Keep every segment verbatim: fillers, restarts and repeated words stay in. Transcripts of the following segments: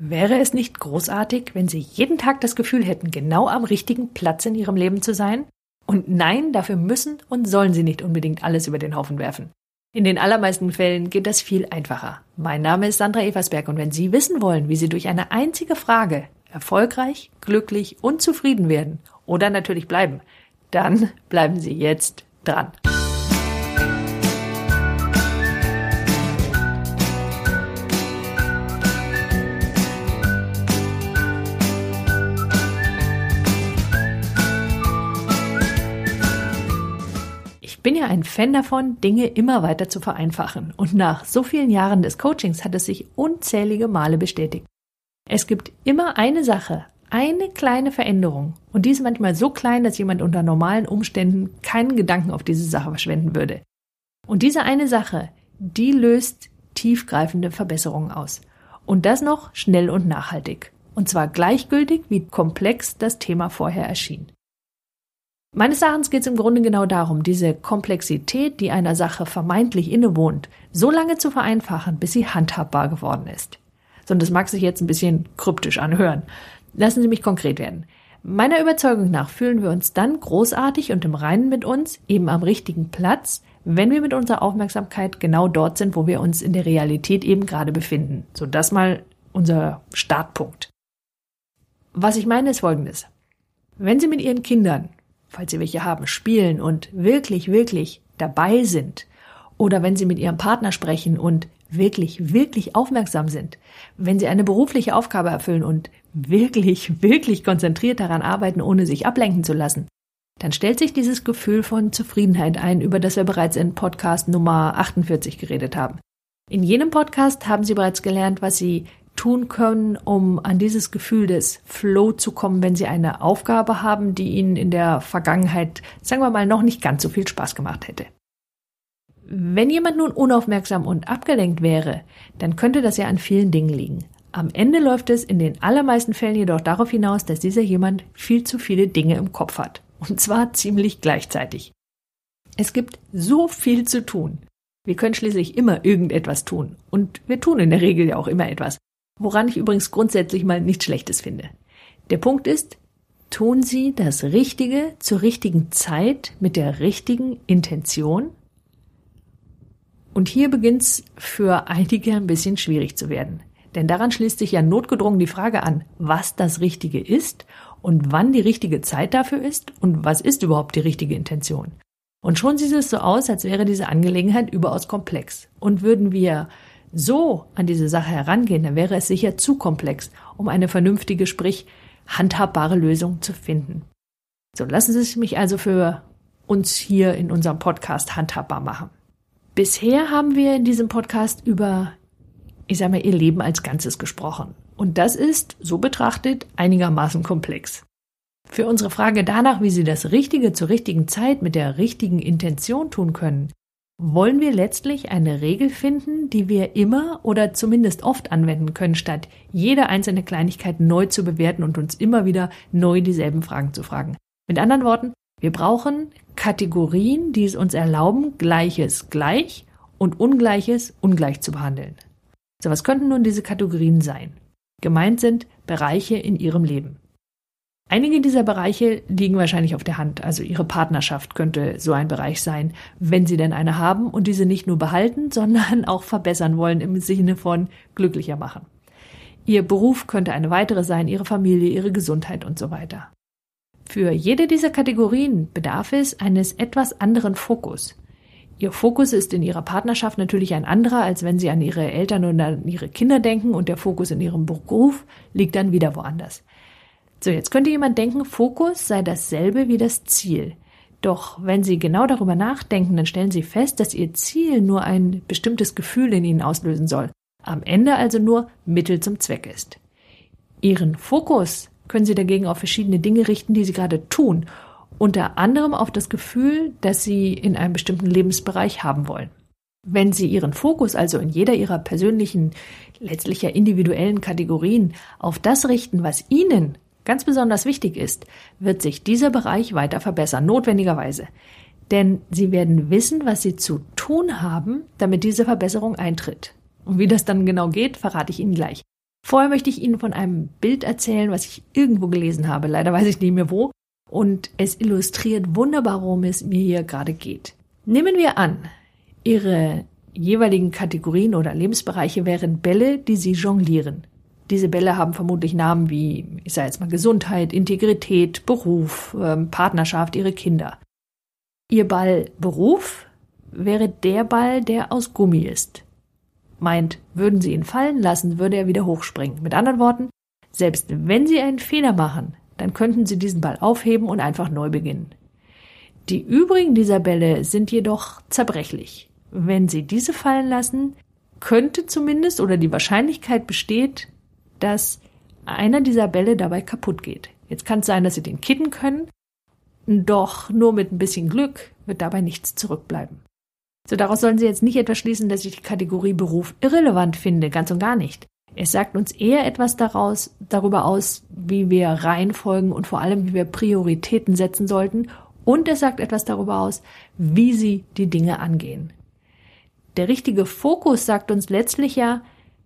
Wäre es nicht großartig, wenn Sie jeden Tag das Gefühl hätten, genau am richtigen Platz in Ihrem Leben zu sein? Und nein, dafür müssen und sollen Sie nicht unbedingt alles über den Haufen werfen. In den allermeisten Fällen geht das viel einfacher. Mein Name ist Sandra Eversberg und wenn Sie wissen wollen, wie Sie durch eine einzige Frage erfolgreich, glücklich und zufrieden werden oder natürlich bleiben, dann bleiben Sie jetzt dran. Ich bin ja ein Fan davon, Dinge immer weiter zu vereinfachen. Und nach so vielen Jahren des Coachings hat es sich unzählige Male bestätigt. Es gibt immer eine Sache, eine kleine Veränderung. Und die ist manchmal so klein, dass jemand unter normalen Umständen keinen Gedanken auf diese Sache verschwenden würde. Und diese eine Sache, die löst tiefgreifende Verbesserungen aus. Und das noch schnell und nachhaltig. Und zwar gleichgültig, wie komplex das Thema vorher erschien. Meines Erachtens geht es im Grunde genau darum, diese Komplexität, die einer Sache vermeintlich innewohnt, so lange zu vereinfachen, bis sie handhabbar geworden ist. So, und das mag sich jetzt ein bisschen kryptisch anhören. Lassen Sie mich konkret werden. Meiner Überzeugung nach fühlen wir uns dann großartig und im Reinen mit uns, eben am richtigen Platz, wenn wir mit unserer Aufmerksamkeit genau dort sind, wo wir uns in der Realität eben gerade befinden. So, das mal unser Startpunkt. Was ich meine ist Folgendes. Wenn Sie mit Ihren Kindern, falls Sie welche haben, spielen und wirklich, wirklich dabei sind, oder wenn Sie mit Ihrem Partner sprechen und wirklich, wirklich aufmerksam sind, wenn Sie eine berufliche Aufgabe erfüllen und wirklich, wirklich konzentriert daran arbeiten, ohne sich ablenken zu lassen, dann stellt sich dieses Gefühl von Zufriedenheit ein, über das wir bereits in Podcast Nummer achtundvierzig geredet haben. In jenem Podcast haben Sie bereits gelernt, was Sie tun können, um an dieses Gefühl des Flow zu kommen, wenn Sie eine Aufgabe haben, die Ihnen in der Vergangenheit, sagen wir mal, noch nicht ganz so viel Spaß gemacht hätte. Wenn jemand nun unaufmerksam und abgelenkt wäre, dann könnte das ja an vielen Dingen liegen. Am Ende läuft es in den allermeisten Fällen jedoch darauf hinaus, dass dieser jemand viel zu viele Dinge im Kopf hat. Und zwar ziemlich gleichzeitig. Es gibt so viel zu tun. Wir können schließlich immer irgendetwas tun. Und wir tun in der Regel ja auch immer etwas. Woran ich übrigens grundsätzlich mal nichts Schlechtes finde. Der Punkt ist, tun Sie das Richtige zur richtigen Zeit mit der richtigen Intention? Und hier beginnt's für einige ein bisschen schwierig zu werden. Denn daran schließt sich ja notgedrungen die Frage an, was das Richtige ist und wann die richtige Zeit dafür ist und was ist überhaupt die richtige Intention. Und schon sieht es so aus, als wäre diese Angelegenheit überaus komplex. Und würden wir so an diese Sache herangehen, dann wäre es sicher zu komplex, um eine vernünftige, sprich handhabbare Lösung zu finden. So, lassen Sie mich also für uns hier in unserem Podcast handhabbar machen. Bisher haben wir in diesem Podcast über, ich sag mal, Ihr Leben als Ganzes gesprochen. Und das ist, so betrachtet, einigermaßen komplex. Für unsere Frage danach, wie Sie das Richtige zur richtigen Zeit mit der richtigen Intention tun können, wollen wir letztlich eine Regel finden, die wir immer oder zumindest oft anwenden können, statt jede einzelne Kleinigkeit neu zu bewerten und uns immer wieder neu dieselben Fragen zu fragen. Mit anderen Worten, wir brauchen Kategorien, die es uns erlauben, Gleiches gleich und Ungleiches ungleich zu behandeln. So, was könnten nun diese Kategorien sein? Gemeint sind Bereiche in Ihrem Leben. Einige dieser Bereiche liegen wahrscheinlich auf der Hand, also Ihre Partnerschaft könnte so ein Bereich sein, wenn Sie denn eine haben und diese nicht nur behalten, sondern auch verbessern wollen im Sinne von glücklicher machen. Ihr Beruf könnte eine weitere sein, Ihre Familie, Ihre Gesundheit und so weiter. Für jede dieser Kategorien bedarf es eines etwas anderen Fokus. Ihr Fokus ist in Ihrer Partnerschaft natürlich ein anderer, als wenn Sie an Ihre Eltern oder an Ihre Kinder denken und der Fokus in Ihrem Beruf liegt dann wieder woanders. So, jetzt könnte jemand denken, Fokus sei dasselbe wie das Ziel. Doch wenn Sie genau darüber nachdenken, dann stellen Sie fest, dass Ihr Ziel nur ein bestimmtes Gefühl in Ihnen auslösen soll, am Ende also nur Mittel zum Zweck ist. Ihren Fokus können Sie dagegen auf verschiedene Dinge richten, die Sie gerade tun, unter anderem auf das Gefühl, das Sie in einem bestimmten Lebensbereich haben wollen. Wenn Sie Ihren Fokus also in jeder Ihrer persönlichen, letztlich ja individuellen Kategorien auf das richten, was Ihnen ganz besonders wichtig ist, wird sich dieser Bereich weiter verbessern, notwendigerweise. Denn Sie werden wissen, was Sie zu tun haben, damit diese Verbesserung eintritt. Und wie das dann genau geht, verrate ich Ihnen gleich. Vorher möchte ich Ihnen von einem Bild erzählen, was ich irgendwo gelesen habe. Leider weiß ich nicht mehr wo. Und es illustriert wunderbar, worum es mir hier gerade geht. Nehmen wir an, Ihre jeweiligen Kategorien oder Lebensbereiche wären Bälle, die Sie jonglieren. Diese Bälle haben vermutlich Namen wie, ich sage jetzt mal, Gesundheit, Integrität, Beruf, ähm, Partnerschaft, Ihre Kinder. Ihr Ball Beruf wäre der Ball, der aus Gummi ist. Meint, würden Sie ihn fallen lassen, würde er wieder hochspringen. Mit anderen Worten, selbst wenn Sie einen Fehler machen, dann könnten Sie diesen Ball aufheben und einfach neu beginnen. Die übrigen dieser Bälle sind jedoch zerbrechlich. Wenn Sie diese fallen lassen, könnte zumindest oder die Wahrscheinlichkeit besteht, dass einer dieser Bälle dabei kaputt geht. Jetzt kann es sein, dass Sie den kitten können, doch nur mit ein bisschen Glück wird dabei nichts zurückbleiben. So, daraus sollen Sie jetzt nicht etwas schließen, dass ich die Kategorie Beruf irrelevant finde, ganz und gar nicht. Es sagt uns eher etwas daraus, darüber aus, wie wir Reihenfolgen und vor allem, wie wir Prioritäten setzen sollten. Und es sagt etwas darüber aus, wie Sie die Dinge angehen. Der richtige Fokus sagt uns letztlich ja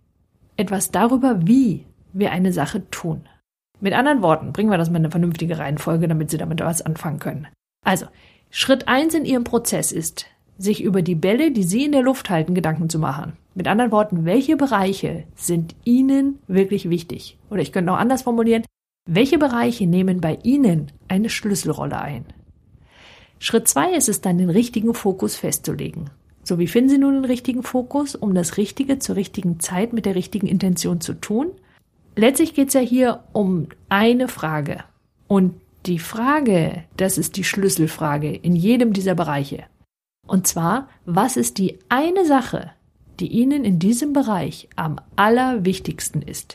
etwas darüber, wie wir eine Sache tun. Mit anderen Worten, bringen wir das mal in eine vernünftige Reihenfolge, damit Sie damit was anfangen können. Also, Schritt eins in Ihrem Prozess ist, sich über die Bälle, die Sie in der Luft halten, Gedanken zu machen. Mit anderen Worten, welche Bereiche sind Ihnen wirklich wichtig? Oder ich könnte auch anders formulieren, welche Bereiche nehmen bei Ihnen eine Schlüsselrolle ein? Schritt zwei ist es dann, den richtigen Fokus festzulegen. So, wie finden Sie nun den richtigen Fokus, um das Richtige zur richtigen Zeit mit der richtigen Intention zu tun? Letztlich geht es ja hier um eine Frage. Und die Frage, das ist die Schlüsselfrage in jedem dieser Bereiche. Und zwar, was ist die eine Sache, die Ihnen in diesem Bereich am allerwichtigsten ist?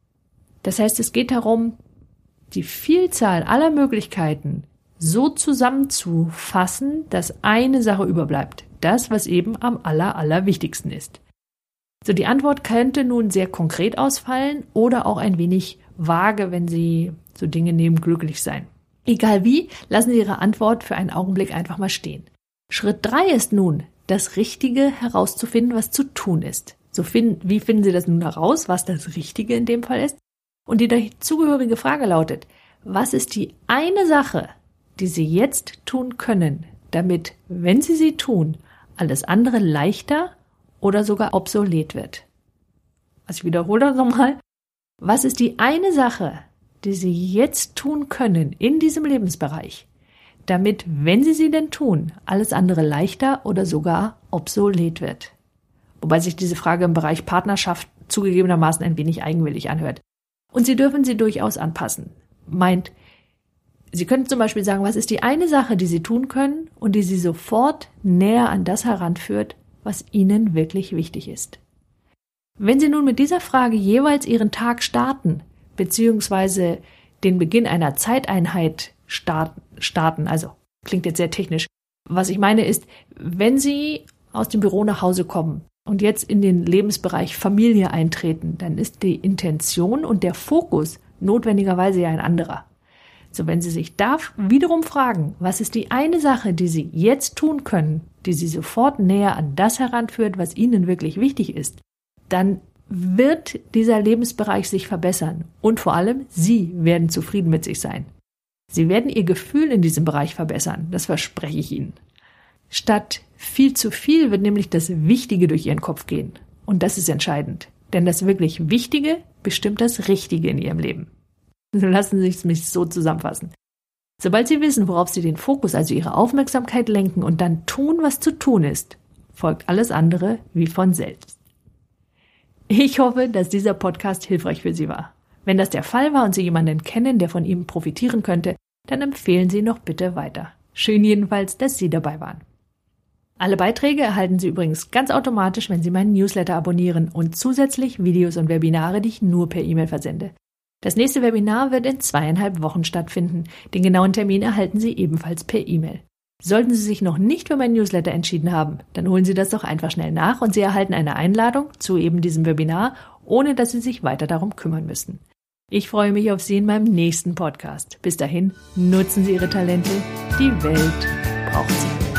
Das heißt, es geht darum, die Vielzahl aller Möglichkeiten so zusammenzufassen, dass eine Sache überbleibt. Das, was eben am aller, allerwichtigsten ist. So, die Antwort könnte nun sehr konkret ausfallen oder auch ein wenig vage, wenn Sie so Dinge nehmen, glücklich sein. Egal wie, lassen Sie Ihre Antwort für einen Augenblick einfach mal stehen. Schritt drei ist nun, das Richtige herauszufinden, was zu tun ist. So finden, wie finden Sie das nun heraus, was das Richtige in dem Fall ist? Und die dazugehörige Frage lautet, was ist die eine Sache, die Sie jetzt tun können, damit, wenn Sie sie tun, alles andere leichter oder sogar obsolet wird? Also ich wiederhole das nochmal. Was ist die eine Sache, die Sie jetzt tun können in diesem Lebensbereich, damit, wenn Sie sie denn tun, alles andere leichter oder sogar obsolet wird? Wobei sich diese Frage im Bereich Partnerschaft zugegebenermaßen ein wenig eigenwillig anhört. Und Sie dürfen sie durchaus anpassen. Meint, Sie können zum Beispiel sagen, was ist die eine Sache, die Sie tun können und die Sie sofort näher an das heranführt, was Ihnen wirklich wichtig ist. Wenn Sie nun mit dieser Frage jeweils Ihren Tag starten, beziehungsweise den Beginn einer Zeiteinheit starten, also klingt jetzt sehr technisch. Was ich meine ist, wenn Sie aus dem Büro nach Hause kommen und jetzt in den Lebensbereich Familie eintreten, dann ist die Intention und der Fokus notwendigerweise ja ein anderer. So, wenn Sie sich da wiederum fragen, was ist die eine Sache, die Sie jetzt tun können, die Sie sofort näher an das heranführt, was Ihnen wirklich wichtig ist, dann wird dieser Lebensbereich sich verbessern und vor allem Sie werden zufrieden mit sich sein. Sie werden Ihr Gefühl in diesem Bereich verbessern, das verspreche ich Ihnen. Statt viel zu viel wird nämlich das Wichtige durch Ihren Kopf gehen. Und das ist entscheidend, denn das wirklich Wichtige bestimmt das Richtige in Ihrem Leben. Lassen Sie es mich so zusammenfassen. Sobald Sie wissen, worauf Sie den Fokus, also Ihre Aufmerksamkeit lenken und dann tun, was zu tun ist, folgt alles andere wie von selbst. Ich hoffe, dass dieser Podcast hilfreich für Sie war. Wenn das der Fall war und Sie jemanden kennen, der von ihm profitieren könnte, dann empfehlen Sie ihn doch bitte weiter. Schön jedenfalls, dass Sie dabei waren. Alle Beiträge erhalten Sie übrigens ganz automatisch, wenn Sie meinen Newsletter abonnieren und zusätzlich Videos und Webinare, die ich nur per E-Mail versende. Das nächste Webinar wird in zweieinhalb Wochen stattfinden. Den genauen Termin erhalten Sie ebenfalls per E-Mail. Sollten Sie sich noch nicht für mein Newsletter entschieden haben, dann holen Sie das doch einfach schnell nach und Sie erhalten eine Einladung zu eben diesem Webinar, ohne dass Sie sich weiter darum kümmern müssen. Ich freue mich auf Sie in meinem nächsten Podcast. Bis dahin, nutzen Sie Ihre Talente. Die Welt braucht sie.